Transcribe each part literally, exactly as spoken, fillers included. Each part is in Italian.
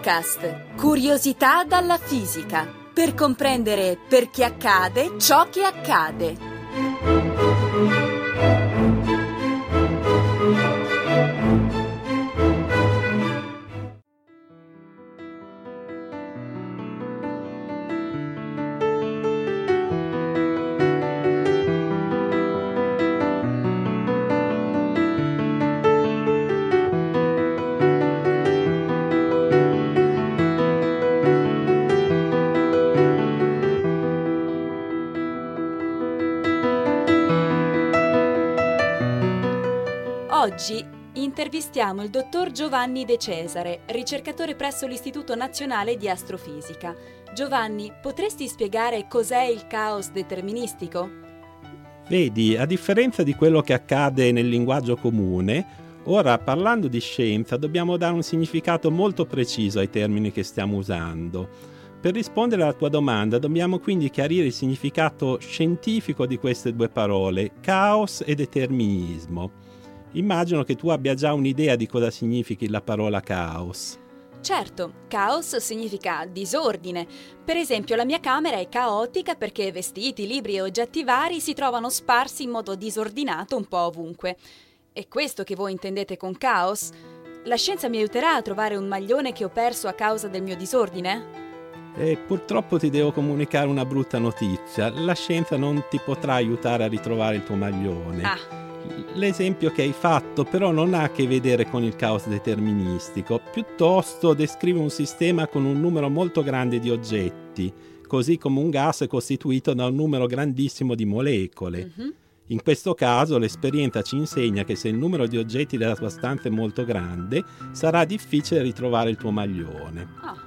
Podcast Curiosità dalla fisica, per comprendere perché accade ciò che accade. Oggi intervistiamo il dottor Giovanni De Cesare, ricercatore presso l'Istituto Nazionale di Astrofisica. Giovanni, potresti spiegare cos'è il caos deterministico? Vedi, a differenza di quello che accade nel linguaggio comune, ora parlando di scienza dobbiamo dare un significato molto preciso ai termini che stiamo usando. Per rispondere alla tua domanda dobbiamo quindi chiarire il significato scientifico di queste due parole, caos e determinismo. Immagino che tu abbia già un'idea di cosa significhi la parola caos. Certo, caos significa disordine. Per esempio, la mia camera è caotica perché vestiti, libri e oggetti vari si trovano sparsi in modo disordinato un po' ovunque. È questo che voi intendete con caos? La scienza mi aiuterà a trovare un maglione che ho perso a causa del mio disordine? E purtroppo ti devo comunicare una brutta notizia. La scienza non ti potrà aiutare a ritrovare il tuo maglione. Ah. L'esempio che hai fatto però non ha a che vedere con il caos deterministico, piuttosto descrive un sistema con un numero molto grande di oggetti, così come un gas è costituito da un numero grandissimo di molecole. Mm-hmm. In questo caso l'esperienza ci insegna che se il numero di oggetti della tua stanza è molto grande, sarà difficile ritrovare il tuo maglione. Oh.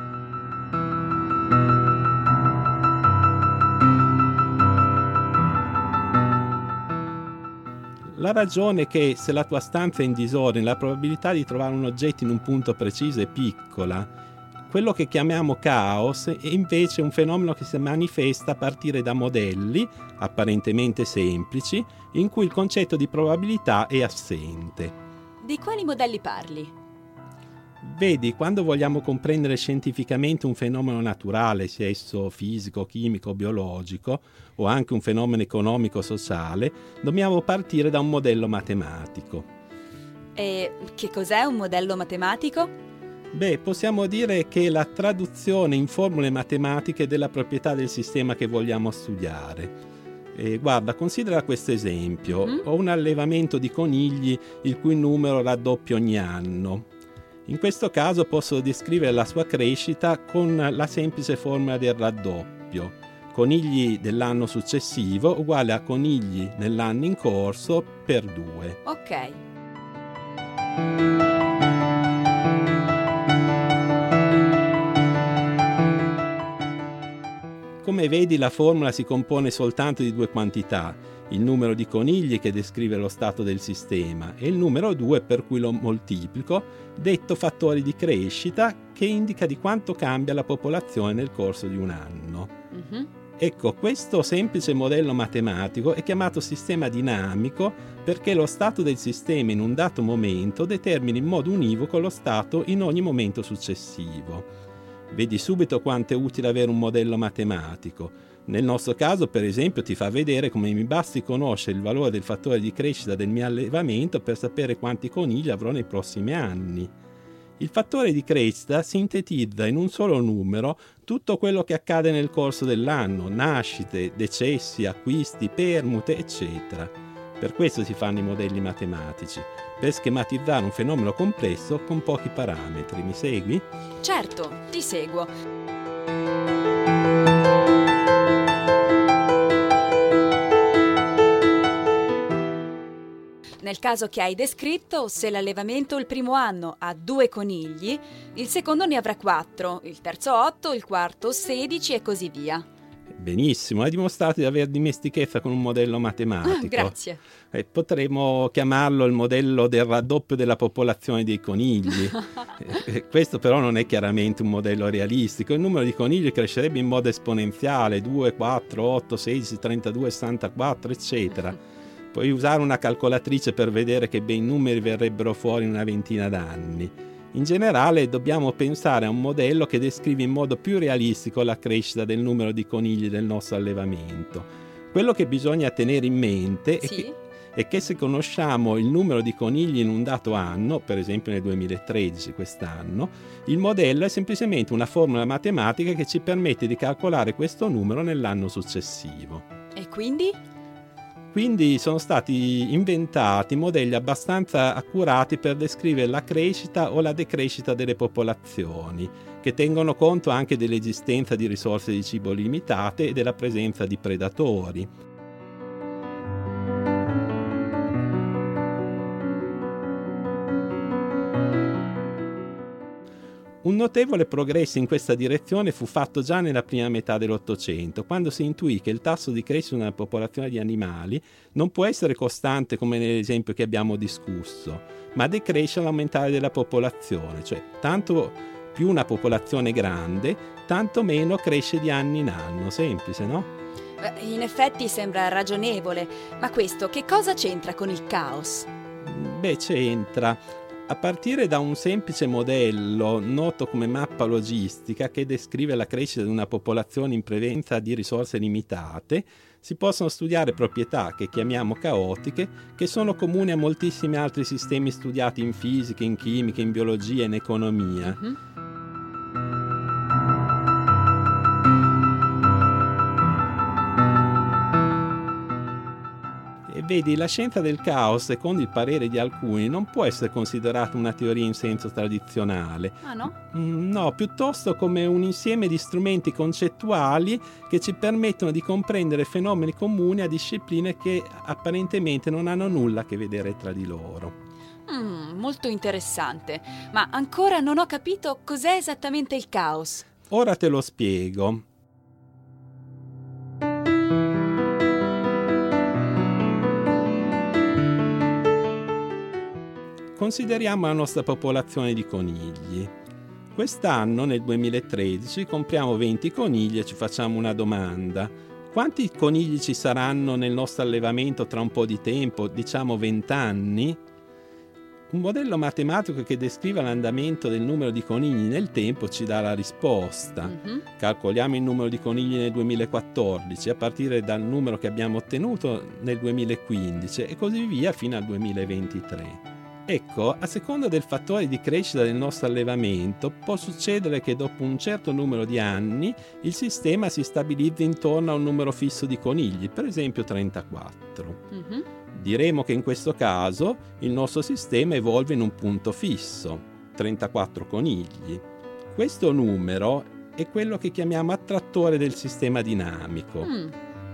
La ragione è che se la tua stanza è in disordine, la probabilità di trovare un oggetto in un punto preciso è piccola. Quello che chiamiamo caos è invece un fenomeno che si manifesta a partire da modelli, apparentemente semplici, in cui il concetto di probabilità è assente. Di quali modelli parli? Vedi, quando vogliamo comprendere scientificamente un fenomeno naturale, sia esso fisico, chimico, biologico, o anche un fenomeno economico-sociale, dobbiamo partire da un modello matematico. E che cos'è un modello matematico? Beh, possiamo dire che è la traduzione in formule matematiche della proprietà del sistema che vogliamo studiare. E guarda, considera questo esempio. Mm? Ho un allevamento di conigli il cui numero raddoppia ogni anno. In questo caso posso descrivere la sua crescita con la semplice formula del raddoppio. Conigli dell'anno successivo uguale a conigli nell'anno in corso per due. Ok. Come vedi, la formula si compone soltanto di due quantità, il numero di conigli che descrive lo stato del sistema e il numero due per cui lo moltiplico, detto fattore di crescita, che indica di quanto cambia la popolazione nel corso di un anno. Mm-hmm. Ecco, questo semplice modello matematico è chiamato sistema dinamico perché lo stato del sistema in un dato momento determina in modo univoco lo stato in ogni momento successivo. Vedi subito quanto è utile avere un modello matematico. Nel nostro caso, per esempio, ti fa vedere come mi basti conoscere il valore del fattore di crescita del mio allevamento per sapere quanti conigli avrò nei prossimi anni. Il fattore di crescita sintetizza in un solo numero tutto quello che accade nel corso dell'anno, nascite, decessi, acquisti, permute, eccetera. Per questo si fanno i modelli matematici, per schematizzare un fenomeno complesso con pochi parametri. Mi segui? Certo, ti seguo. Nel caso che hai descritto, se l'allevamento il primo anno ha due conigli, il secondo ne avrà quattro, il terzo otto, il quarto sedici e così via. Benissimo, hai dimostrato di avere dimestichezza con un modello matematico. Ah, grazie. Eh, potremmo chiamarlo il modello del raddoppio della popolazione dei conigli. eh, questo però non è chiaramente un modello realistico. Il numero di conigli crescerebbe in modo esponenziale, due, quattro, otto, sedici, trentadue, sessantaquattro, eccetera. Puoi usare una calcolatrice per vedere che bei numeri verrebbero fuori in una ventina d'anni. In generale dobbiamo pensare a un modello che descrive in modo più realistico la crescita del numero di conigli del nostro allevamento. Quello che bisogna tenere in mente è, Sì? che, è che se conosciamo il numero di conigli in un dato anno, per esempio nel duemilatredici quest'anno, il modello è semplicemente una formula matematica che ci permette di calcolare questo numero nell'anno successivo. E quindi? Quindi sono stati inventati modelli abbastanza accurati per descrivere la crescita o la decrescita delle popolazioni, che tengono conto anche dell'esistenza di risorse di cibo limitate e della presenza di predatori. Un notevole progresso in questa direzione fu fatto già nella prima metà dell'Ottocento, quando si intuì che il tasso di crescita della popolazione di animali non può essere costante come nell'esempio che abbiamo discusso, ma decresce all'aumentare della popolazione, cioè tanto più una popolazione grande, tanto meno cresce di anno in anno. Semplice, no? In effetti sembra ragionevole, ma questo che cosa c'entra con il caos? Beh, c'entra. A partire da un semplice modello noto come mappa logistica che descrive la crescita di una popolazione in presenza di risorse limitate, si possono studiare proprietà che chiamiamo caotiche, che sono comuni a moltissimi altri sistemi studiati in fisica, in chimica, in biologia e in economia. Mm-hmm. E vedi, la scienza del caos, secondo il parere di alcuni, non può essere considerata una teoria in senso tradizionale. Ah no? Mm, no, piuttosto come un insieme di strumenti concettuali che ci permettono di comprendere fenomeni comuni a discipline che apparentemente non hanno nulla a che vedere tra di loro. Mm, molto interessante, ma ancora non ho capito cos'è esattamente il caos. Ora te lo spiego. Consideriamo la nostra popolazione di conigli. Quest'anno, nel duemilatredici, compriamo venti conigli e ci facciamo una domanda. Quanti conigli ci saranno nel nostro allevamento tra un po' di tempo, diciamo venti anni? Un modello matematico che descriva l'andamento del numero di conigli nel tempo ci dà la risposta. Mm-hmm. Calcoliamo il numero di conigli nel duemilaquattordici a partire dal numero che abbiamo ottenuto nel duemilaquindici e così via fino al duemilaventitré. Ecco, a seconda del fattore di crescita del nostro allevamento, può succedere che dopo un certo numero di anni il sistema si stabilizzi intorno a un numero fisso di conigli, per esempio trentaquattro. Mm-hmm. Diremo che in questo caso il nostro sistema evolve in un punto fisso, trentaquattro conigli. Questo numero è quello che chiamiamo attrattore del sistema dinamico. Mm.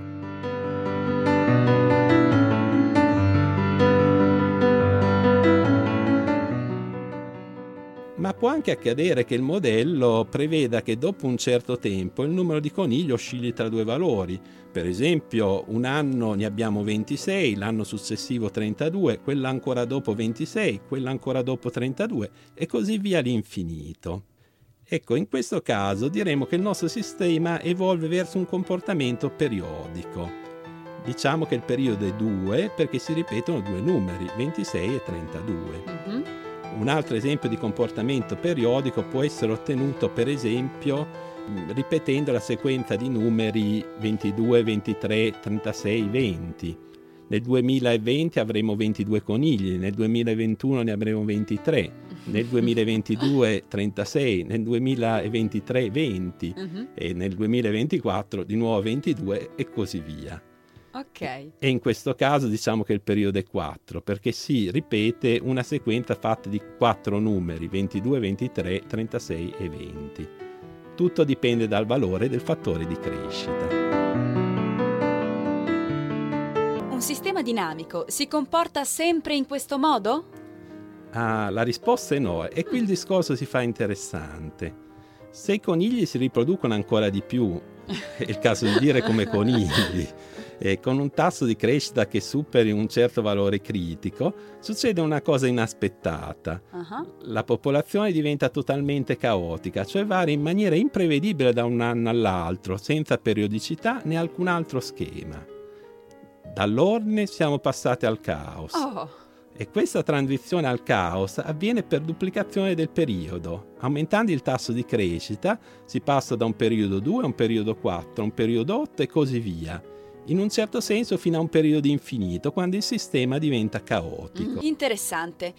Ma può anche accadere che il modello preveda che dopo un certo tempo il numero di conigli oscilli tra due valori. Per esempio, un anno ne abbiamo ventisei, l'anno successivo trentadue, quello ancora dopo ventisei, quello ancora dopo trentadue e così via all'infinito. Ecco, in questo caso diremo che il nostro sistema evolve verso un comportamento periodico. Diciamo che il periodo è due perché si ripetono due numeri, ventisei e trentadue. Mm-hmm. Un altro esempio di comportamento periodico può essere ottenuto, per esempio, ripetendo la sequenza di numeri ventidue, ventitré, trentasei, venti. Nel duemilaventi avremo ventidue conigli, nel duemilaventuno ne avremo ventitré, nel duemilaventidue trentasei, nel duemilaventitré venti Mm-hmm. e nel duemilaventiquattro di nuovo ventidue e così via. Ok. E in questo caso diciamo che il periodo è quattro, perché si ripete una sequenza fatta di quattro numeri, ventidue, ventitré, trentasei e venti. Tutto dipende dal valore del fattore di crescita. Un sistema dinamico si comporta sempre in questo modo? Ah, la risposta è no, e qui il discorso si fa interessante. Se i conigli si riproducono ancora di più, è il caso di dire come conigli, e con un tasso di crescita che superi un certo valore critico, succede una cosa inaspettata. Uh-huh. La popolazione diventa totalmente caotica, cioè varia in maniera imprevedibile da un anno all'altro, senza periodicità né alcun altro schema. Dall'ordine siamo passati al caos. Oh. E questa transizione al caos avviene per duplicazione del periodo. Aumentando il tasso di crescita si passa da un periodo due a un periodo quattro, a un periodo otto e così via. In un certo senso fino a un periodo infinito, quando il sistema diventa caotico. Mm, interessante.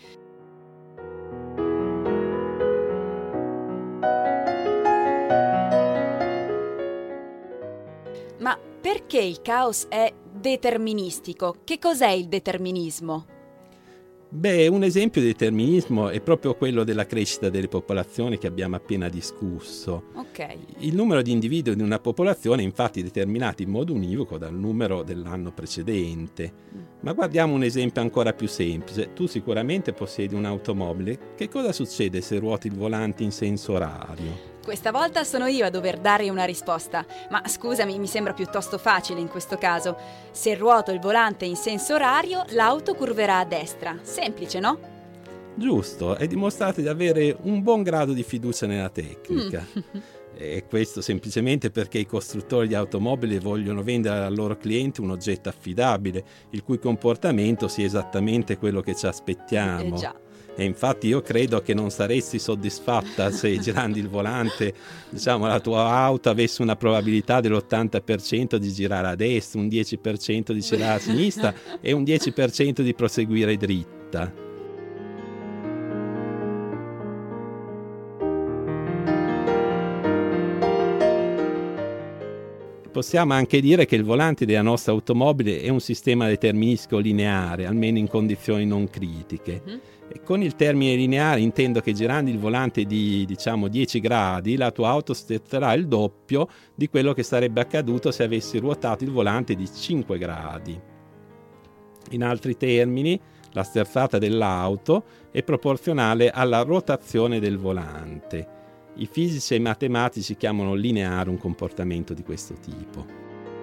Ma perché il caos è deterministico? Che cos'è il determinismo? Beh, un esempio di determinismo è proprio quello della crescita delle popolazioni che abbiamo appena discusso. Ok. Il numero di individui di una popolazione è infatti determinato in modo univoco dal numero dell'anno precedente. Mm. Ma guardiamo un esempio ancora più semplice. Tu sicuramente possiedi un'automobile. Che cosa succede se ruoti il volante in senso orario? Questa volta sono io a dover dare una risposta, ma scusami, mi sembra piuttosto facile in questo caso. Se ruoto il volante in senso orario, l'auto curverà a destra. Semplice, no? Giusto, è dimostrato di avere un buon grado di fiducia nella tecnica. Mm. E questo semplicemente perché i costruttori di automobili vogliono vendere al loro cliente un oggetto affidabile, il cui comportamento sia esattamente quello che ci aspettiamo. Eh già. E infatti io credo che non saresti soddisfatta se girando il volante, diciamo, la tua auto avesse una probabilità dell'ottanta per cento di girare a destra, un dieci per cento di girare a sinistra e un dieci per cento di proseguire dritta. Possiamo anche dire che il volante della nostra automobile è un sistema deterministico lineare, almeno in condizioni non critiche. Mm-hmm. E con il termine lineare intendo che girando il volante di, diciamo, dieci gradi, la tua auto sterzerà il doppio di quello che sarebbe accaduto se avessi ruotato il volante di cinque gradi. In altri termini, la sterzata dell'auto è proporzionale alla rotazione del volante. I fisici e i matematici chiamano lineare un comportamento di questo tipo.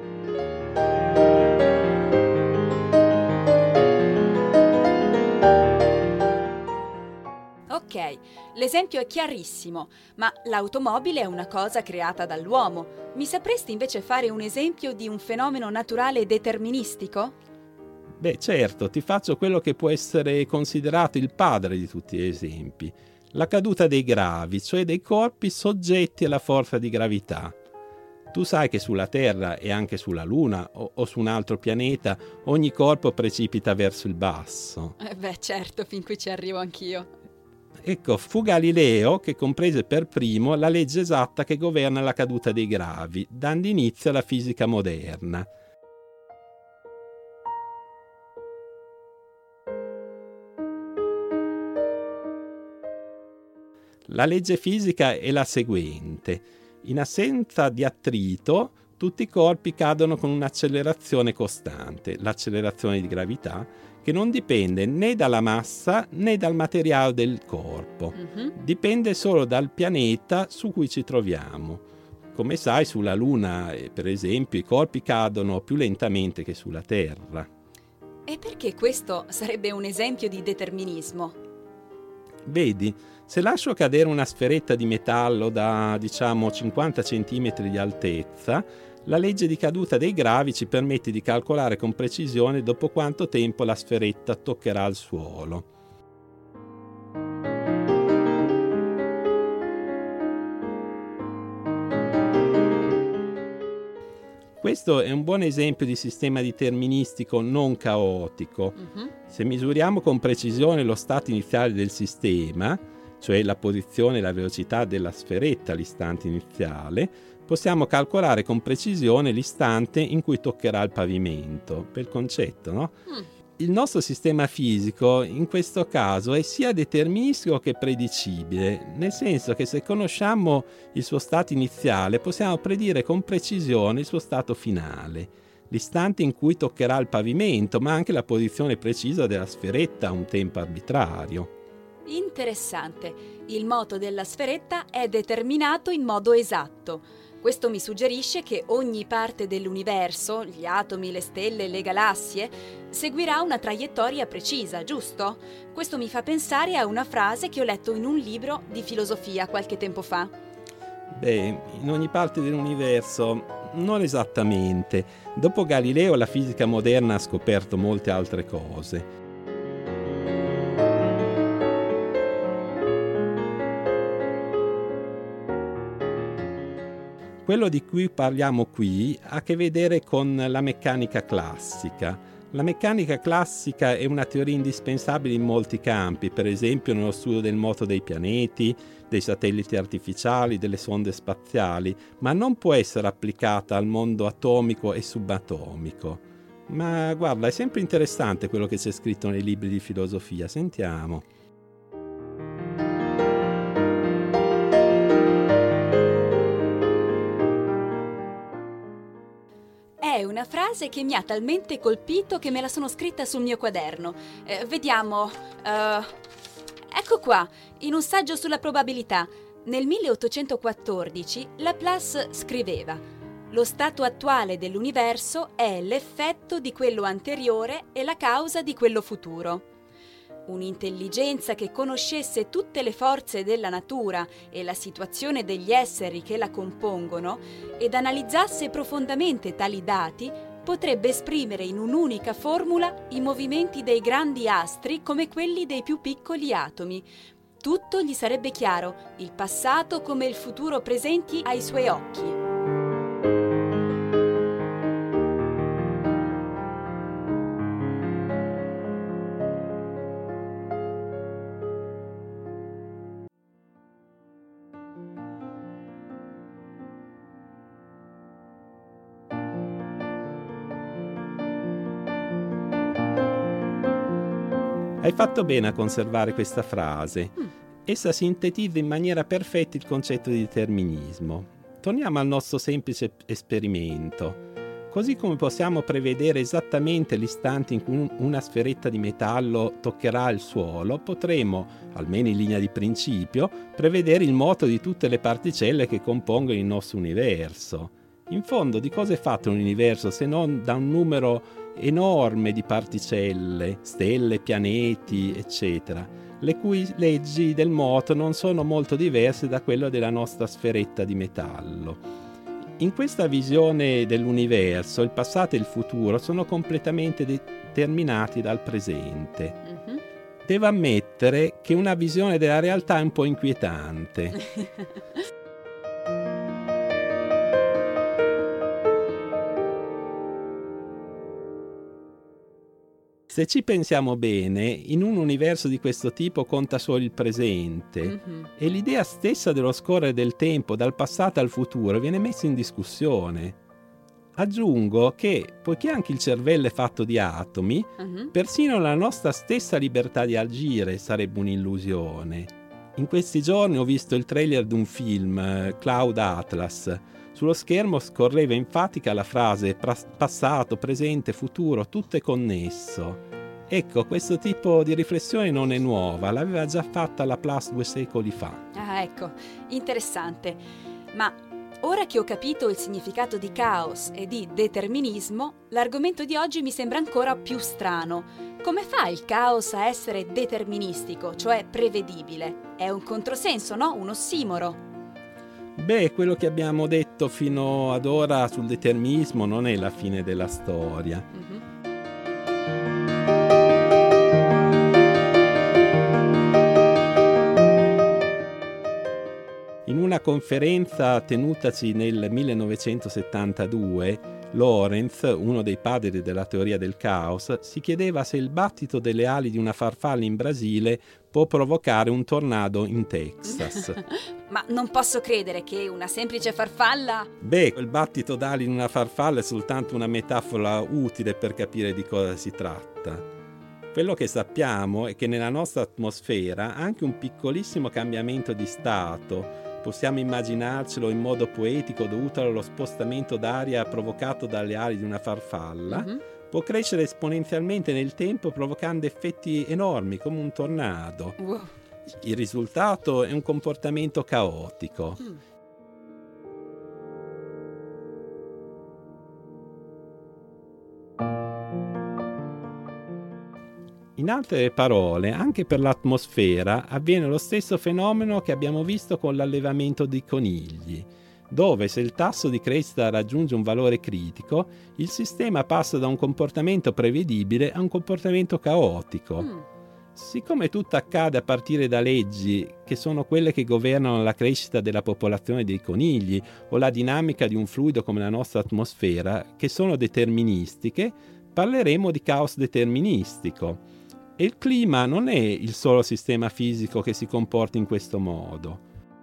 Ok, l'esempio è chiarissimo, ma l'automobile è una cosa creata dall'uomo. Mi sapresti invece fare un esempio di un fenomeno naturale deterministico? Beh, certo, ti faccio quello che può essere considerato il padre di tutti gli esempi. La caduta dei gravi, cioè dei corpi soggetti alla forza di gravità. Tu sai che sulla Terra e anche sulla Luna o, o su un altro pianeta ogni corpo precipita verso il basso. Eh beh, certo, fin qui ci arrivo anch'io. Ecco, fu Galileo che comprese per primo la legge esatta che governa la caduta dei gravi, dando inizio alla fisica moderna. La legge fisica è la seguente: in assenza di attrito, tutti i corpi cadono con un'accelerazione costante, l'accelerazione di gravità, che non dipende né dalla massa né dal materiale del corpo. Mm-hmm. Dipende solo dal pianeta su cui ci troviamo. Come sai, sulla Luna, per esempio, i corpi cadono più lentamente che sulla Terra. E perché questo sarebbe un esempio di determinismo? Vedi, se lascio cadere una sferetta di metallo da, diciamo, cinquanta centimetri di altezza, la legge di caduta dei gravi ci permette di calcolare con precisione dopo quanto tempo la sferetta toccherà il suolo. Questo è un buon esempio di sistema deterministico non caotico. Mm-hmm. Se misuriamo con precisione lo stato iniziale del sistema, cioè la posizione e la velocità della sferetta all'istante iniziale, possiamo calcolare con precisione l'istante in cui toccherà il pavimento. Bel concetto, no? Mm. Il nostro sistema fisico in questo caso è sia deterministico che predicibile, nel senso che se conosciamo il suo stato iniziale possiamo predire con precisione il suo stato finale, l'istante in cui toccherà il pavimento, ma anche la posizione precisa della sferetta a un tempo arbitrario. Interessante. Il moto della sferetta è determinato in modo esatto. Questo mi suggerisce che ogni parte dell'universo, gli atomi, le stelle, le galassie, seguirà una traiettoria precisa, giusto? Questo mi fa pensare a una frase che ho letto in un libro di filosofia qualche tempo fa. Beh, in ogni parte dell'universo non esattamente. Dopo Galileo la fisica moderna ha scoperto molte altre cose. Quello di cui parliamo qui ha a che vedere con la meccanica classica. La meccanica classica è una teoria indispensabile in molti campi, per esempio nello studio del moto dei pianeti, dei satelliti artificiali, delle sonde spaziali, ma non può essere applicata al mondo atomico e subatomico. Ma guarda, è sempre interessante quello che c'è scritto nei libri di filosofia. Sentiamo. È una frase che mi ha talmente colpito che me la sono scritta sul mio quaderno. Eh, vediamo. Uh, ecco qua, in un saggio sulla probabilità. Nel milleottocentoquattordici Laplace scriveva: lo stato attuale dell'universo è l'effetto di quello anteriore e la causa di quello futuro. Un'intelligenza che conoscesse tutte le forze della natura e la situazione degli esseri che la compongono ed analizzasse profondamente tali dati potrebbe esprimere in un'unica formula i movimenti dei grandi astri come quelli dei più piccoli atomi. Tutto gli sarebbe chiaro, il passato come il futuro presenti ai suoi occhi. Hai fatto bene a conservare questa frase. Mm. Essa sintetizza in maniera perfetta il concetto di determinismo. Torniamo al nostro semplice esperimento. Così come possiamo prevedere esattamente l'istante in cui una sferetta di metallo toccherà il suolo, potremo, almeno in linea di principio, prevedere il moto di tutte le particelle che compongono il nostro universo. In fondo, di cosa è fatto un universo se non da un numero enorme di particelle, stelle, pianeti, eccetera, le cui leggi del moto non sono molto diverse da quelle della nostra sferetta di metallo. In questa visione dell'universo, il passato e il futuro sono completamente determinati dal presente. Mm-hmm. Devo ammettere che una visione della realtà è un po' inquietante. Se ci pensiamo bene, in un universo di questo tipo conta solo il presente, mm-hmm. e l'idea stessa dello scorrere del tempo dal passato al futuro viene messa in discussione. Aggiungo che, poiché anche il cervello è fatto di atomi, mm-hmm. persino la nostra stessa libertà di agire sarebbe un'illusione. In questi giorni ho visto il trailer di un film, Cloud Atlas. Sullo schermo scorreva enfatica la frase passato, presente, futuro, tutto è connesso. Ecco, questo tipo di riflessione non è nuova, l'aveva già fatta Laplace due secoli fa. Ah, ecco, interessante. Ma ora che ho capito il significato di caos e di determinismo, l'argomento di oggi mi sembra ancora più strano. Come fa il caos a essere deterministico, cioè prevedibile? È un controsenso, no? Un ossimoro. Beh, quello che abbiamo detto fino ad ora sul determinismo non è la fine della storia. Mm-hmm. In una conferenza tenutasi nel millenovecentosettantadue, Lorentz, uno dei padri della teoria del caos, si chiedeva se il battito delle ali di una farfalla in Brasile può provocare un tornado in Texas. Ma non posso credere che una semplice farfalla... Beh, il battito d'ali in una farfalla è soltanto una metafora utile per capire di cosa si tratta. Quello che sappiamo è che nella nostra atmosfera anche un piccolissimo cambiamento di stato, possiamo immaginarcelo in modo poetico dovuto allo spostamento d'aria provocato dalle ali di una farfalla, mm-hmm. può crescere esponenzialmente nel tempo provocando effetti enormi come un tornado. Wow. Il risultato è un comportamento caotico. Mm. In altre parole, anche per l'atmosfera avviene lo stesso fenomeno che abbiamo visto con l'allevamento di conigli, dove se il tasso di crescita raggiunge un valore critico, il sistema passa da un comportamento prevedibile a un comportamento caotico. Mm. Siccome tutto accade a partire da leggi che sono quelle che governano la crescita della popolazione dei conigli o la dinamica di un fluido come la nostra atmosfera, che sono deterministiche, parleremo di caos deterministico. E il clima non è il solo sistema fisico che si comporta in questo modo.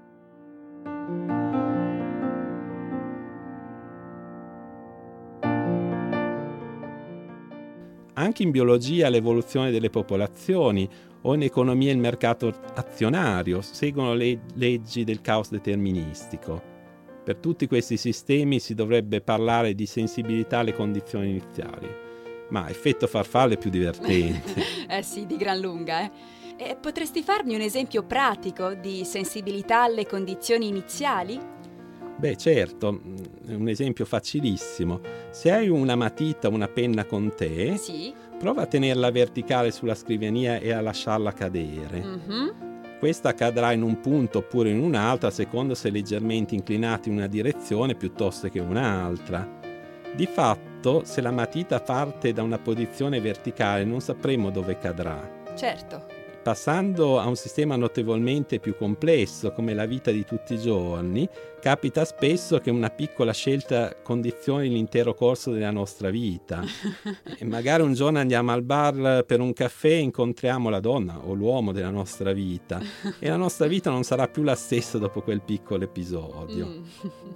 Anche in biologia l'evoluzione delle popolazioni o in economia il mercato azionario seguono le leggi del caos deterministico. Per tutti questi sistemi si dovrebbe parlare di sensibilità alle condizioni iniziali, ma effetto farfalle è più divertente. Eh sì, di gran lunga, eh. E potresti farmi un esempio pratico di sensibilità alle condizioni iniziali? Beh, certo, un esempio facilissimo. Se hai una matita o una penna con te, sì. Prova a tenerla verticale sulla scrivania e a lasciarla cadere. Mm-hmm. Questa cadrà in un punto oppure in un'altra, a seconda se è leggermente inclinata in una direzione piuttosto che un'altra. Di fatto, se la matita parte da una posizione verticale, non sapremo dove cadrà. Certo. Passando a un sistema notevolmente più complesso come la vita di tutti i giorni, capita spesso che una piccola scelta condizioni l'intero corso della nostra vita. E magari un giorno andiamo al bar per un caffè e incontriamo la donna o l'uomo della nostra vita e la nostra vita non sarà più la stessa dopo quel piccolo episodio. Mm.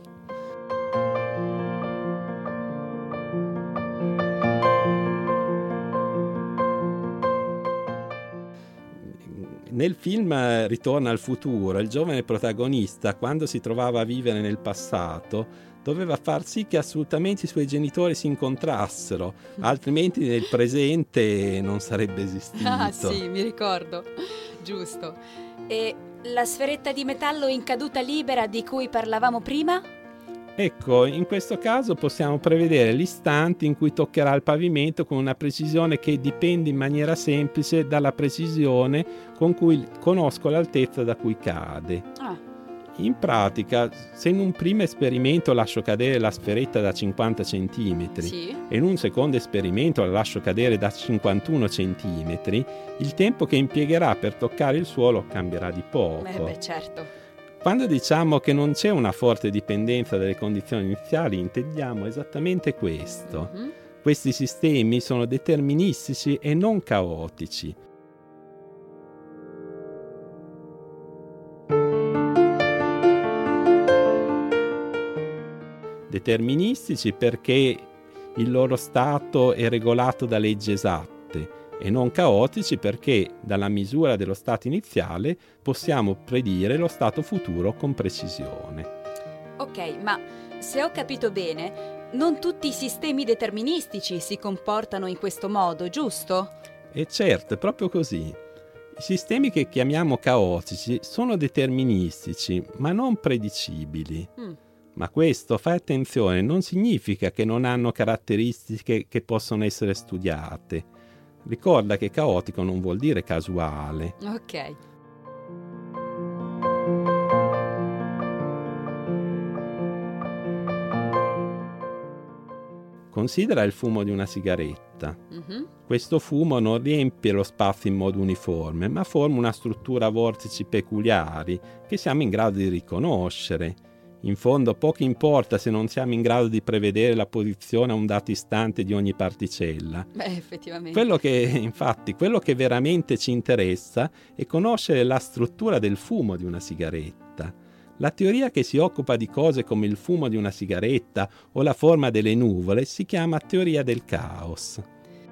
Nel film Ritorno al futuro, il giovane protagonista, quando si trovava a vivere nel passato, doveva far sì che assolutamente i suoi genitori si incontrassero, altrimenti nel presente non sarebbe esistito. Ah sì, mi ricordo, giusto. E la sferetta di metallo in caduta libera di cui parlavamo prima? Ecco, in questo caso possiamo prevedere l'istante in cui toccherà il pavimento con una precisione che dipende in maniera semplice dalla precisione con cui conosco l'altezza da cui cade. Ah. In pratica, se in un primo esperimento lascio cadere la sferetta da cinquanta centimetri sì. e in un secondo esperimento la lascio cadere da cinquantuno centimetri, il tempo che impiegherà per toccare il suolo cambierà di poco. Eh beh, certo. Quando diciamo che non c'è una forte dipendenza dalle condizioni iniziali, intendiamo esattamente questo. Mm-hmm. Questi sistemi sono deterministici e non caotici. Deterministici perché il loro stato è regolato da leggi esatte e non caotici perché dalla misura dello stato iniziale possiamo predire lo stato futuro con precisione. Ok, ma se ho capito bene, non tutti i sistemi deterministici si comportano in questo modo, giusto? E certo, è proprio così. I sistemi che chiamiamo caotici sono deterministici, ma non predicibili. Mm. Ma questo, fai attenzione, non significa che non hanno caratteristiche che possono essere studiate. Ricorda che caotico non vuol dire casuale. Ok. Considera il fumo di una sigaretta. Mm-hmm. Questo fumo non riempie lo spazio in modo uniforme, ma forma una struttura a vortici peculiari che siamo in grado di riconoscere. In fondo poco importa se non siamo in grado di prevedere la posizione a un dato istante di ogni particella. Beh, effettivamente. Quello che, infatti, quello che veramente ci interessa è conoscere la struttura del fumo di una sigaretta. La teoria che si occupa di cose come il fumo di una sigaretta o la forma delle nuvole si chiama teoria del caos.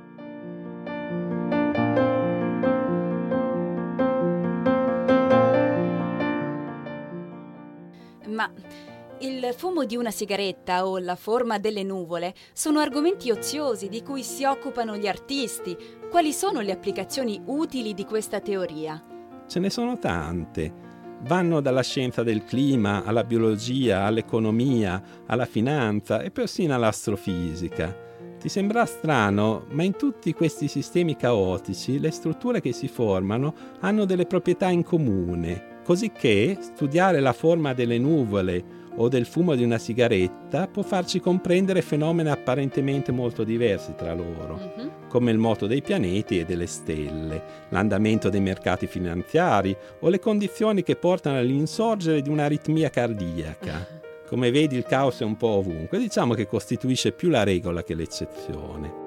Ma il fumo di una sigaretta o la forma delle nuvole sono argomenti oziosi di cui si occupano gli artisti. Quali sono le applicazioni utili di questa teoria? Ce ne sono tante. Vanno dalla scienza del clima alla biologia, all'economia, alla finanza e persino all'astrofisica. Ti sembra strano, ma in tutti questi sistemi caotici le strutture che si formano hanno delle proprietà in comune. Cosicché studiare la forma delle nuvole o del fumo di una sigaretta può farci comprendere fenomeni apparentemente molto diversi tra loro, mm-hmm. come il moto dei pianeti e delle stelle, l'andamento dei mercati finanziari o le condizioni che portano all'insorgere di un'aritmia cardiaca. Come vedi, il caos è un po' ovunque, diciamo che costituisce più la regola che l'eccezione.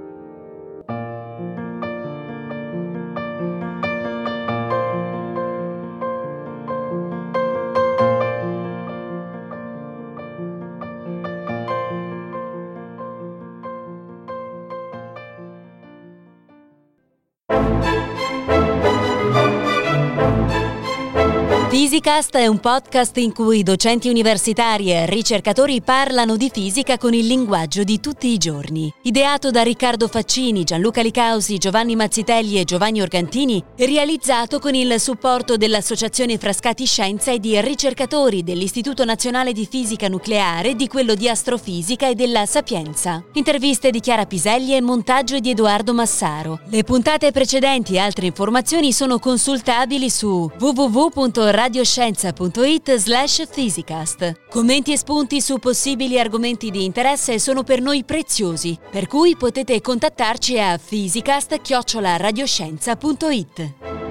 Fisicast è un podcast in cui docenti universitari e ricercatori parlano di fisica con il linguaggio di tutti i giorni. Ideato da Riccardo Faccini, Gianluca Licausi, Giovanni Mazzitelli e Giovanni Organtini, e realizzato con il supporto dell'Associazione Frascati Scienza e di ricercatori dell'Istituto Nazionale di Fisica Nucleare, di quello di Astrofisica e della Sapienza. Interviste di Chiara Piselli e montaggio di Edoardo Massaro. Le puntate precedenti e altre informazioni sono consultabili su w w w punto radioscienza punto it slash fisicast. Commenti e spunti su possibili argomenti di interesse sono per noi preziosi, per cui potete contattarci a fisicast chiocciola radioscienza punto it.